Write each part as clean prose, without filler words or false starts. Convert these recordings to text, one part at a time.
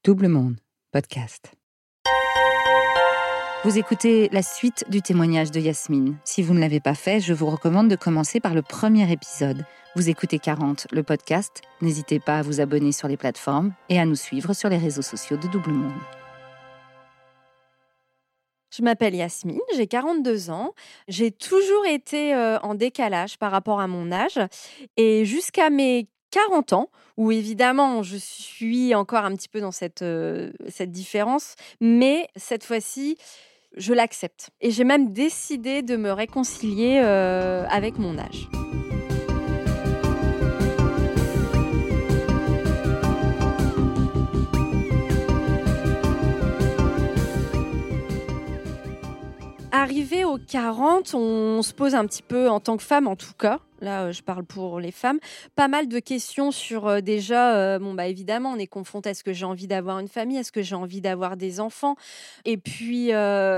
Double Monde, podcast. Vous écoutez la suite du témoignage de Yasmine. Si vous ne l'avez pas fait, je vous recommande de commencer par le premier épisode. Vous écoutez 40, le podcast. N'hésitez pas à vous abonner sur les plateformes et à nous suivre sur les réseaux sociaux de Double Monde. Je m'appelle Yasmine, j'ai 42 ans. J'ai toujours été en décalage par rapport à mon âge. Et jusqu'à mes 40 ans, où évidemment je suis encore un petit peu dans cette différence, mais cette fois-ci, je l'accepte. Et j'ai même décidé de me réconcilier avec mon âge. Arrivé aux 40, on se pose un petit peu, en tant que femme en tout cas, là je parle pour les femmes, pas mal de questions sur déjà, évidemment on est confronté à ce que j'ai envie d'avoir une famille, est-ce que j'ai envie d'avoir des enfants, et puis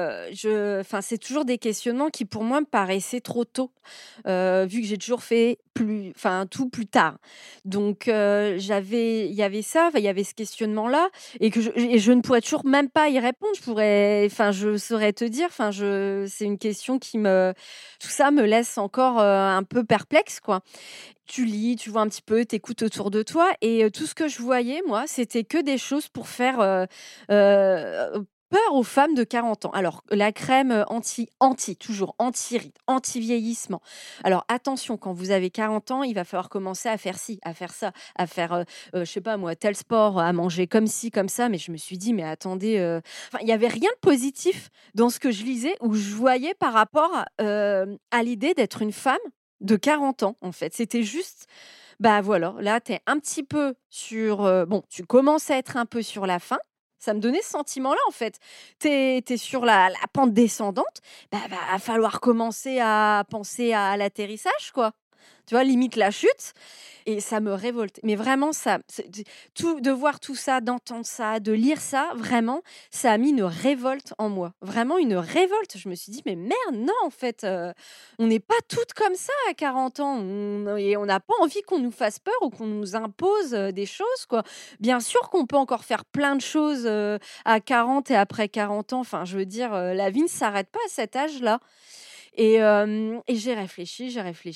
c'est toujours des questionnements qui pour moi me paraissaient trop tôt, vu que j'ai toujours fait tout plus tard. Donc il y avait ça, il y avait ce questionnement-là, et je ne pourrais toujours même pas y répondre. Je saurais te dire, c'est une question tout ça me laisse encore un peu perplexe, quoi. Tu lis, tu vois un petit peu, t'écoutes autour de toi, et tout ce que je voyais, moi, c'était que des choses pour faire peur aux femmes de 40 ans. Alors, la crème toujours anti-rides, anti-vieillissement. Alors, attention, quand vous avez 40 ans, il va falloir commencer à faire ci, à faire ça, à faire, je sais pas moi, tel sport, à manger comme ci, comme ça. Mais je me suis dit, mais attendez, il n'y avait rien de positif dans ce que je lisais, où je voyais par rapport à l'idée d'être une femme de 40 ans, en fait. C'était juste, bah voilà, là, tu es un petit peu sur... tu commences à être un peu sur la fin. Ça me donnait ce sentiment-là, en fait. Tu es sur la pente descendante, va falloir commencer à penser à l'atterrissage, quoi. Tu vois, limite la chute. Et ça me révolte. Mais vraiment, de voir tout ça, d'entendre ça, de lire ça, vraiment, ça a mis une révolte en moi. Vraiment une révolte. Je me suis dit, mais merde, non, en fait, on n'est pas toutes comme ça à 40 ans. Et on n'a pas envie qu'on nous fasse peur ou qu'on nous impose des choses, quoi. Bien sûr qu'on peut encore faire plein de choses à 40 et après 40 ans. Enfin, je veux dire, la vie ne s'arrête pas à cet âge-là. Et j'ai réfléchi.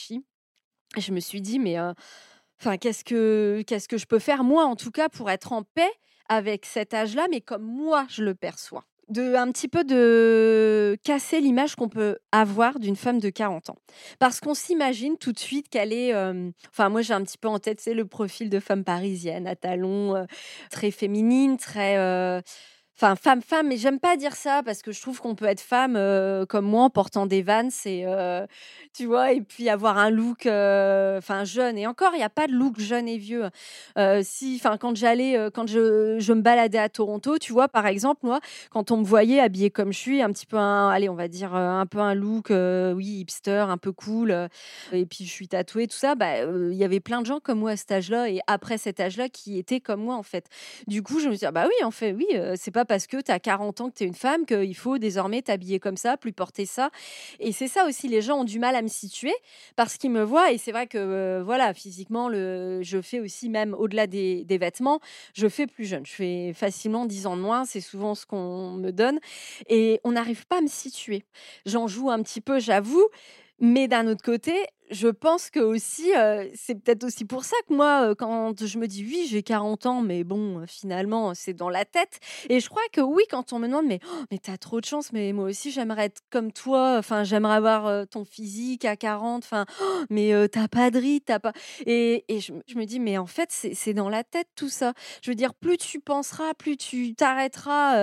Et je me suis dit, mais qu'est-ce que je peux faire, moi, en tout cas, pour être en paix avec cet âge-là, mais comme moi, je le perçois. Un petit peu de casser l'image qu'on peut avoir d'une femme de 40 ans. Parce qu'on s'imagine tout de suite qu'elle est... moi, j'ai un petit peu en tête, c'est le profil de femme parisienne, à talons, très féminine, très... femme, mais j'aime pas dire ça parce que je trouve qu'on peut être femme comme moi en portant des Vans et tu vois, et puis avoir un look jeune. Et encore, il n'y a pas de look jeune et vieux. Quand je me baladais à Toronto, tu vois, par exemple, moi, quand on me voyait habillée comme je suis, un petit peu on va dire un peu un look, oui, hipster, un peu cool, et puis je suis tatouée, tout ça, il y avait plein de gens comme moi à cet âge-là et après cet âge-là qui étaient comme moi, en fait. Du coup, je me suis dit, oui, en fait, oui, c'est pas parce que tu as 40 ans que tu es une femme qu'il faut désormais t'habiller comme ça, plus porter ça. Et c'est ça aussi, les gens ont du mal à me situer parce qu'ils me voient. Et c'est vrai que, physiquement, je fais aussi, même au-delà des vêtements, je fais plus jeune. Je fais facilement 10 ans de moins. C'est souvent ce qu'on me donne. Et on n'arrive pas à me situer. J'en joue un petit peu, j'avoue. Mais d'un autre côté, je pense que aussi, c'est peut-être aussi pour ça que moi, quand je me dis: «Oui, j'ai 40 ans», mais bon, finalement, c'est dans la tête. Et je crois que oui, quand on me demande: «Mais tu as trop de chance, mais moi aussi j'aimerais être comme toi, enfin j'aimerais avoir, ton physique à 40, mais tu pas de rides, tu pas» et je me dis: «Mais en fait, c'est dans la tête tout ça». Je veux dire, plus tu penseras, plus tu t'arrêteras,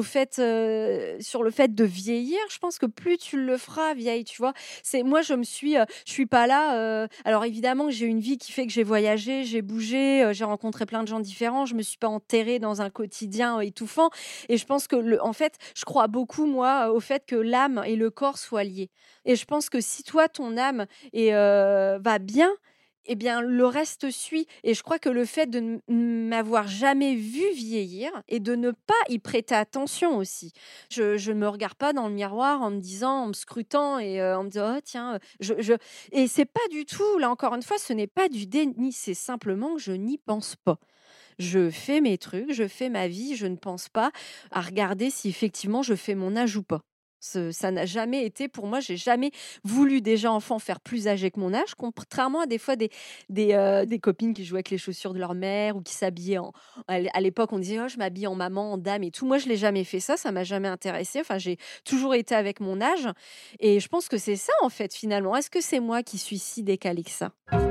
sur le fait de vieillir, je pense que plus tu le feras vieille, tu vois? Moi, je suis pas là. Alors évidemment, j'ai une vie qui fait que j'ai voyagé, j'ai bougé, j'ai rencontré plein de gens différents. Je me suis pas enterrée dans un quotidien étouffant. Et je pense que, en fait, je crois beaucoup, moi, au fait que l'âme et le corps soient liés. Et je pense que si toi, ton âme va bien, eh bien, le reste suit. Et je crois que le fait de ne m'avoir jamais vu vieillir et de ne pas y prêter attention aussi. Je ne me regarde pas dans le miroir en me disant, en me scrutant et en me disant, oh tiens, et c'est pas du tout, là encore une fois, ce n'est pas du déni, c'est simplement que je n'y pense pas. Je fais mes trucs, je fais ma vie, je ne pense pas à regarder si effectivement je fais mon âge ou pas. Ça n'a jamais été pour moi, j'ai jamais voulu déjà enfant faire plus âgé que mon âge, contrairement à des fois des copines qui jouaient avec les chaussures de leur mère ou qui s'habillaient à l'époque, on disait: «Oh, je m'habille en maman, en dame et tout». Moi, je l'ai jamais fait ça m'a jamais intéressée. Enfin, j'ai toujours été avec mon âge et je pense que c'est ça, en fait, finalement. Est-ce que c'est moi qui suis si décalée que ça?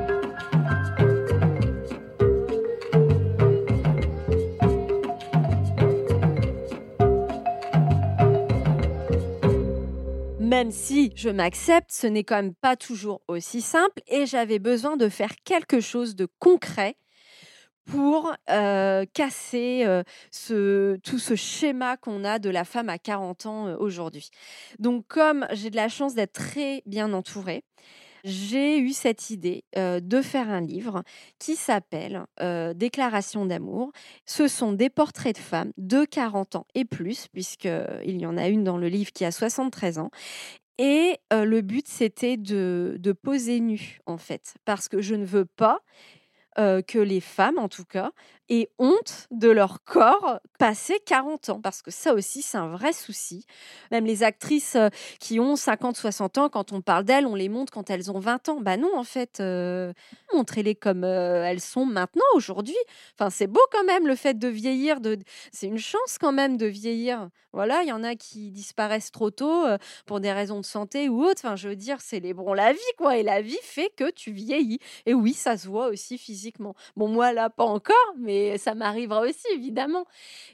Même si je m'accepte, ce n'est quand même pas toujours aussi simple et j'avais besoin de faire quelque chose de concret pour, casser, tout ce schéma qu'on a de la femme à 40 ans, aujourd'hui. Donc comme j'ai de la chance d'être très bien entourée, j'ai eu cette idée, de faire un livre qui s'appelle, «Déclaration d'amour». Ce sont des portraits de femmes de 40 ans et plus, puisqu'il y en a une dans le livre qui a 73 ans et le but, c'était de poser nue, en fait, parce que je ne veux pas que les femmes, en tout cas, aient honte de leur corps passé 40 ans. Parce que ça aussi, c'est un vrai souci. Même les actrices qui ont 50, 60 ans, quand on parle d'elles, on les montre quand elles ont 20 ans. Bah non, en fait, montrez-les comme elles sont maintenant, aujourd'hui. Enfin, c'est beau quand même, le fait de vieillir. C'est une chance quand même de vieillir. Voilà, il y en a qui disparaissent trop tôt pour des raisons de santé ou autre. Enfin, je veux dire, célébrons la vie, quoi. Et la vie fait que tu vieillis. Et oui, ça se voit aussi physiquement. Bon, moi, là, pas encore, mais ça m'arrivera aussi, évidemment.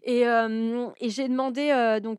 Et j'ai demandé,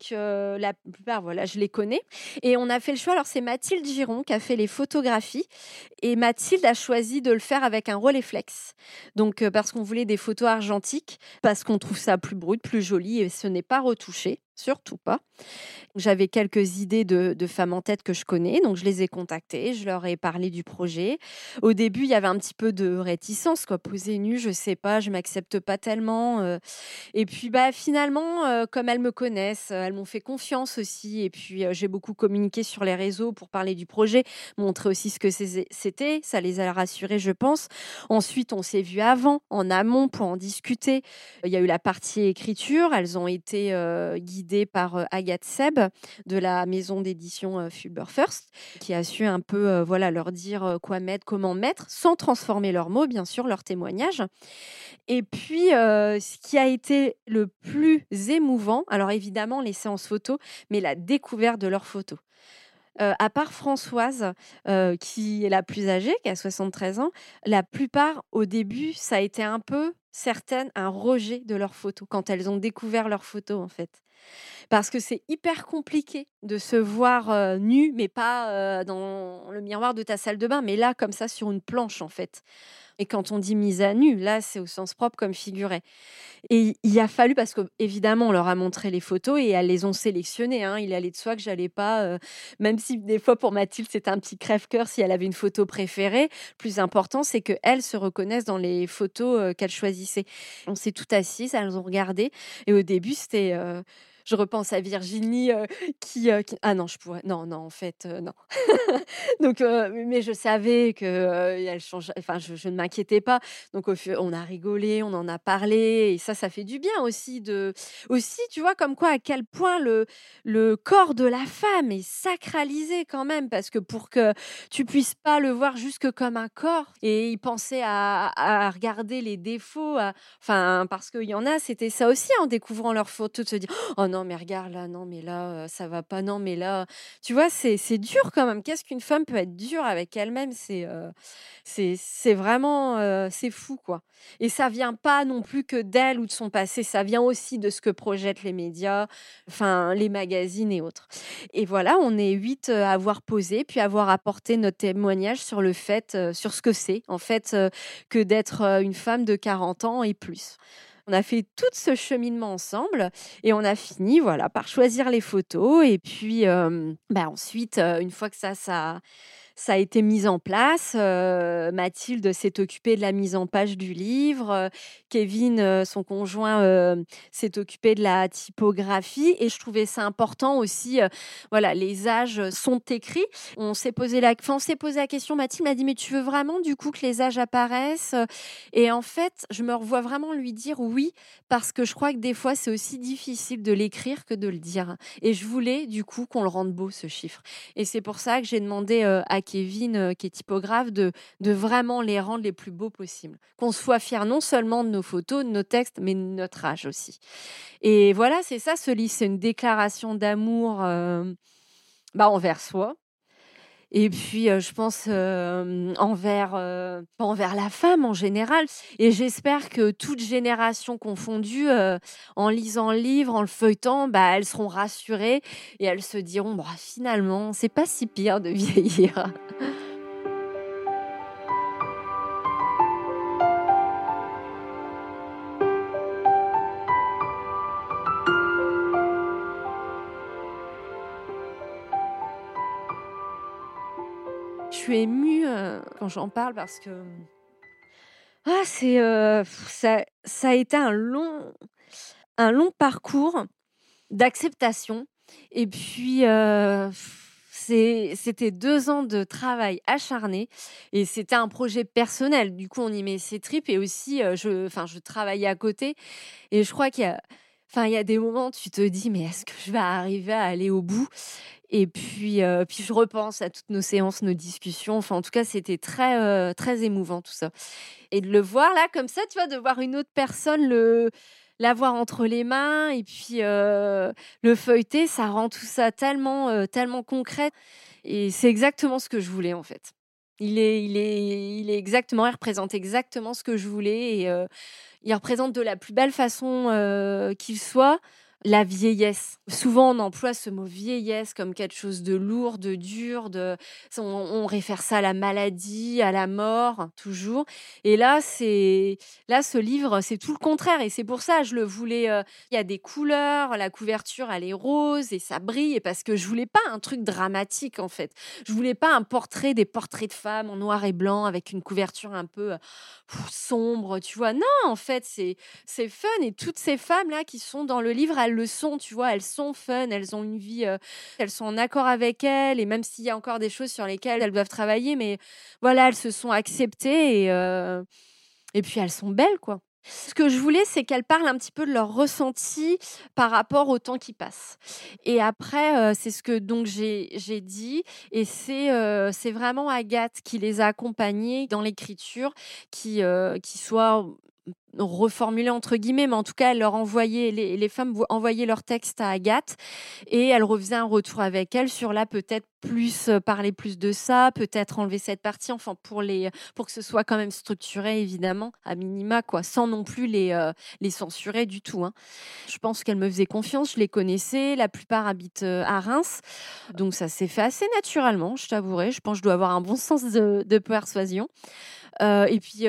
la plupart, voilà, je les connais. Et on a fait le choix. Alors, c'est Mathilde Giron qui a fait les photographies. Et Mathilde a choisi de le faire avec un Rolleiflex. Donc, parce qu'on voulait des photos argentiques, parce qu'on trouve ça plus brut, plus joli, et ce n'est pas retouché. Surtout pas. J'avais quelques idées de femmes en tête que je connais, donc je les ai contactées, je leur ai parlé du projet. Au début, il y avait un petit peu de réticence, quoi. Poser nue, je sais pas, je m'accepte pas tellement. Et puis, bah, finalement, comme elles me connaissent, elles m'ont fait confiance aussi. Et puis, j'ai beaucoup communiqué sur les réseaux pour parler du projet, montrer aussi ce que c'était. Ça les a rassurées, je pense. Ensuite, on s'est vu avant, en amont, pour en discuter. Il y a eu la partie écriture. Elles ont été guidées par Agathe Seb de la maison d'édition Fuberfirst, qui a su un peu voilà, leur dire quoi mettre, comment mettre, sans transformer leurs mots, bien sûr, leurs témoignages. Et puis, ce qui a été le plus émouvant, alors évidemment les séances photos, mais la découverte de leurs photos. À part Françoise, qui est la plus âgée, qui a 73 ans, la plupart, au début, ça a été un peu, certaines, un rejet de leurs photos, quand elles ont découvert leurs photos, en fait. Parce que c'est hyper compliqué de se voir, nu, mais pas, dans le miroir de ta salle de bain, mais là, comme ça, sur une planche, en fait. Et quand on dit mise à nu, là, c'est au sens propre comme figuré. Et il a fallu parce qu'évidemment, on leur a montré les photos et elles les ont sélectionnées, hein. Il allait de soi que j'allais pas, même si des fois pour Mathilde, c'était un petit crève-cœur si elle avait une photo préférée. Le plus important, c'est qu'elles se reconnaissent dans les photos, qu'elles choisissaient. On s'est toutes assises, elles ont regardé et au début, c'était, je repense à Virginie, qui ah non, je pourrais non, non, en fait, non. Donc mais je savais que, elle change enfin, je ne m'inquiétais pas. Donc on a rigolé, on en a parlé et ça fait du bien aussi, tu vois, comme quoi à quel point le corps de la femme est sacralisé quand même parce que pour que tu puisses pas le voir juste que comme un corps et y penser à regarder les défauts, enfin parce qu'il y en a, c'était ça aussi en découvrant leurs photos de se dire: «Oh non mais regarde là, non mais là, ça va pas, non mais là». Tu vois, c'est dur quand même. Qu'est-ce qu'une femme peut être dure avec elle-même? C'est vraiment, c'est fou, quoi. Et ça vient pas non plus que d'elle ou de son passé, ça vient aussi de ce que projettent les médias, enfin les magazines et autres. Et voilà, on est 8 à avoir posé, puis à avoir apporté notre témoignage sur le fait, sur ce que c'est, en fait, que d'être, une femme de 40 ans et plus. On a fait tout ce cheminement ensemble et on a fini, voilà, par choisir les photos et puis, ensuite, une fois que ça Ça a été mis en place. Mathilde s'est occupée de la mise en page du livre. Kevin, son conjoint, s'est occupé de la typographie. Et je trouvais ça important aussi. Voilà, les âges sont écrits. On s'est posé la question. Mathilde m'a dit, mais tu veux vraiment du coup que les âges apparaissent? Et en fait, je me revois vraiment lui dire oui, parce que je crois que des fois, c'est aussi difficile de l'écrire que de le dire. Et je voulais du coup qu'on le rende beau, ce chiffre. Et c'est pour ça que j'ai demandé à Kevin, qui est typographe, de vraiment les rendre les plus beaux possibles. Qu'on soit fiers non seulement de nos photos, de nos textes, mais de notre âge aussi. Et voilà, c'est ça ce livre, c'est une déclaration d'amour envers soi. Et puis, je pense envers la femme en général. Et j'espère que toutes générations confondues, en lisant le livre, en le feuilletant, elles seront rassurées et elles se diront, finalement, c'est pas si pire de vieillir. Je suis émue quand j'en parle parce que ça a été un long parcours d'acceptation. Et puis, c'était 2 ans de travail acharné et c'était un projet personnel. Du coup, on y met ses tripes et aussi, je travaillais à côté et je crois il y a des moments où tu te dis: «Mais est-ce que je vais arriver à aller au bout?» Et puis je repense à toutes nos séances, nos discussions. Enfin, en tout cas, c'était très émouvant tout ça. Et de le voir là, comme ça, tu vois, de voir une autre personne l'avoir entre les mains et puis le feuilleter, ça rend tout ça tellement concret. Et c'est exactement ce que je voulais, en fait. Il représente exactement ce que je voulais et il représente de la plus belle façon qu'il soit. La vieillesse. Souvent, on emploie ce mot vieillesse comme quelque chose de lourd, de dur, on réfère ça à la maladie, à la mort, toujours. Et là, ce livre, c'est tout le contraire. Et c'est pour ça, je le voulais. Il y a des couleurs, la couverture, elle est rose et ça brille. Et parce que je voulais pas un truc dramatique, en fait. Je voulais pas des portraits de femmes en noir et blanc avec une couverture un peu sombre, tu vois. Non, en fait, c'est fun. Et toutes ces femmes-là qui sont dans le livre, elles le sont, tu vois. Elles sont fun, elles ont une vie, elles sont en accord avec elles. Et même s'il y a encore des choses sur lesquelles elles doivent travailler, mais voilà, elles se sont acceptées et puis elles sont belles, quoi. Ce que je voulais, c'est qu'elles parlent un petit peu de leur ressenti par rapport au temps qui passe. Et après, c'est ce que donc j'ai dit, et c'est vraiment Agathe qui les a accompagnées dans l'écriture, qui soit reformulé entre guillemets, mais en tout cas, elle leur envoyait, les femmes envoyaient leur texte à Agathe et elle refaisait un retour avec elle sur là, peut-être parler plus de ça, peut-être enlever cette partie, enfin pour que ce soit quand même structuré évidemment, à minima, quoi, sans non plus les censurer du tout, hein. Je pense qu'elle me faisait confiance, je les connaissais, la plupart habitent à Reims, donc ça s'est fait assez naturellement, je t'avouerai. Je pense que je dois avoir un bon sens de persuasion. Et puis,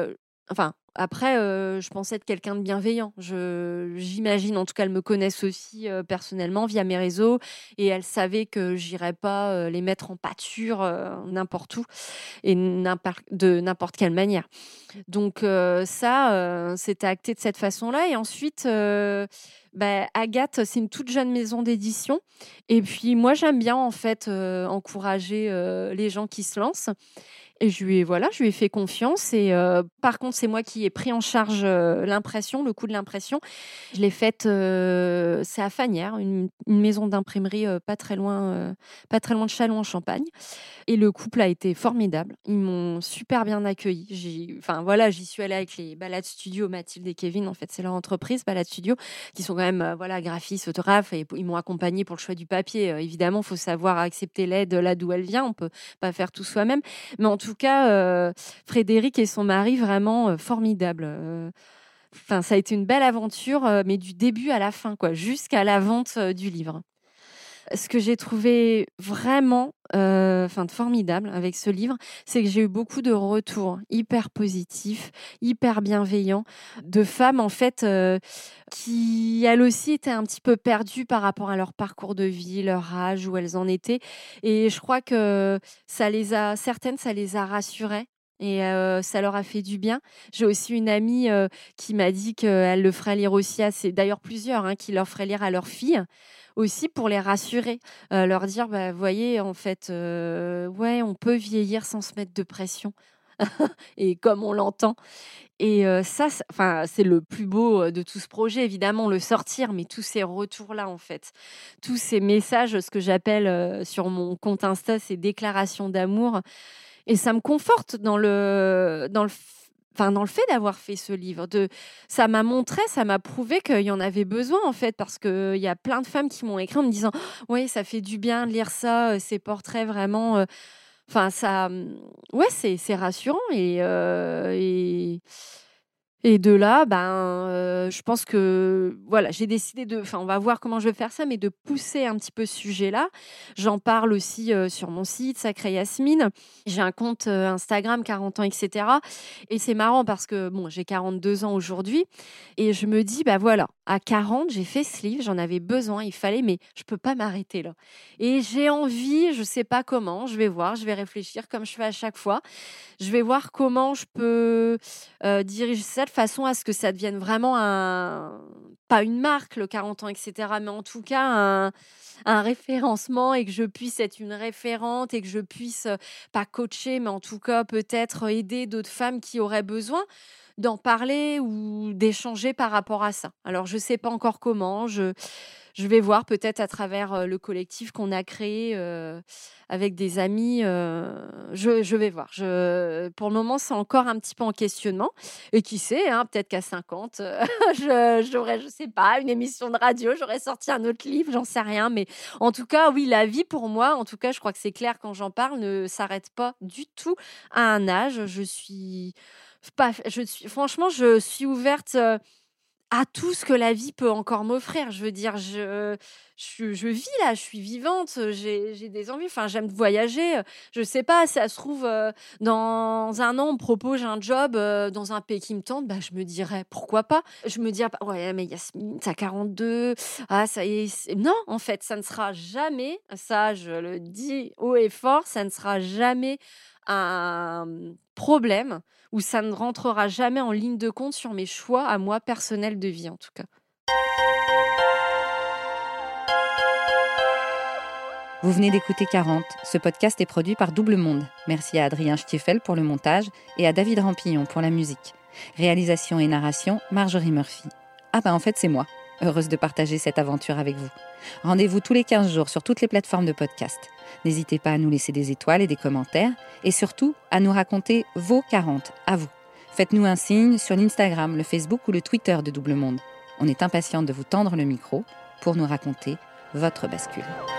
après, je pense être quelqu'un de bienveillant. J'imagine, en tout cas, elles me connaissent aussi personnellement via mes réseaux et elles savaient que j'irais pas les mettre en pâture n'importe où et de n'importe quelle manière. Donc c'était acté de cette façon-là. Et ensuite, Agathe, c'est une toute jeune maison d'édition. Et puis moi, j'aime bien en fait encourager les gens qui se lancent. Et je lui ai fait confiance. Et par contre, c'est moi qui ai pris en charge l'impression, le coût de l'impression. Je l'ai faite, c'est à Fagnières, une maison d'imprimerie pas très loin de Châlons en Champagne. Et le couple a été formidable. Ils m'ont super bien accueillie. J'y suis allée avec les Balades Studio, Mathilde et Kevin. En fait, c'est leur entreprise, Balades Studio, qui sont quand même graphistes, photographes. Et ils m'ont accompagnée pour le choix du papier. Évidemment, il faut savoir accepter l'aide là d'où elle vient. On peut pas faire tout soi-même. Mais en tout cas, Frédéric et son mari, vraiment formidables. Ça a été une belle aventure, mais du début à la fin, quoi, jusqu'à la vente du livre. Ce que j'ai trouvé vraiment formidable avec ce livre, c'est que j'ai eu beaucoup de retours hyper positifs, hyper bienveillants, de femmes en fait qui elles aussi étaient un petit peu perdues par rapport à leur parcours de vie, leur âge, où elles en étaient. Et je crois que certaines, ça les a rassurées. Et ça leur a fait du bien. J'ai aussi une amie qui m'a dit qu'elle le ferait lire aussi d'ailleurs plusieurs, hein, qui leur ferait lire à leurs filles aussi pour les rassurer, leur dire, bah, voyez, en fait, ouais, on peut vieillir sans se mettre de pression et comme on l'entend. Et ça, c'est le plus beau de tout ce projet, évidemment, le sortir, mais tous ces retours-là, en fait, tous ces messages, ce que j'appelle sur mon compte Insta, ces déclarations d'amour. Et ça me conforte dans le fait d'avoir fait ce livre. Ça m'a montré, ça m'a prouvé qu'il y en avait besoin, en fait, parce qu'il y a plein de femmes qui m'ont écrit en me disant «Oui, ça fait du bien de lire ça, ces portraits vraiment...» Enfin, ça, ouais, c'est rassurant et de là, je pense que voilà, j'ai décidé on va voir comment je vais faire ça, mais de pousser un petit peu ce sujet-là. J'en parle aussi sur mon site Sacré Yasmine. J'ai un compte Instagram 40 ans, etc. Et c'est marrant parce que bon, j'ai 42 ans aujourd'hui et je me dis, bah voilà, à 40, j'ai fait ce livre, j'en avais besoin, il fallait, mais je peux pas m'arrêter là. Et j'ai envie, je sais pas comment, je vais voir, je vais réfléchir comme je fais à chaque fois. Je vais voir comment je peux diriger ça de façon à ce que ça devienne vraiment pas une marque, le 40 ans, etc., mais en tout cas un référencement et que je puisse être une référente et que je puisse pas coacher, mais en tout cas peut-être aider d'autres femmes qui auraient besoin d'en parler ou d'échanger par rapport à ça. Alors, je sais pas encore comment. Je vais voir peut-être à travers le collectif qu'on a créé avec des amis. Je vais voir. Pour le moment, c'est encore un petit peu en questionnement. Et qui sait, hein, peut-être qu'à 50, j'aurais, je sais pas, une émission de radio, j'aurais sorti un autre livre, j'en sais rien. Mais en tout cas, oui, la vie pour moi, en tout cas, je crois que c'est clair quand j'en parle, ne s'arrête pas du tout à un âge. Franchement, je suis ouverte à tout ce que la vie peut encore m'offrir. Je veux dire, je vis là, je suis vivante, j'ai des envies. Enfin, j'aime voyager. Je sais pas, si ça se trouve, dans un an, on me propose un job dans un pays qui me tente. Bah, je me dirais, pourquoi pas. Je me dirais, ouais, mais Yasmine, t'as 42. Ah, ça y est. Non, en fait, ça ne sera jamais, ça, je le dis haut et fort, ça ne sera jamais un problème où ça ne rentrera jamais en ligne de compte sur mes choix à moi personnels de vie en tout cas. Vous venez d'écouter 40. Ce podcast est produit par Double Monde. Merci à Adrien Stiefel pour le montage et à David Rampillon pour la musique. Réalisation et narration, Marjorie Murphy. En fait, c'est moi. Heureuse de partager cette aventure avec vous. Rendez-vous tous les 15 jours sur toutes les plateformes de podcast. N'hésitez pas à nous laisser des étoiles et des commentaires et surtout à nous raconter vos 40 à vous. Faites-nous un signe sur l'Instagram, le Facebook ou le Twitter de Double Monde. On est impatiente de vous tendre le micro pour nous raconter votre bascule.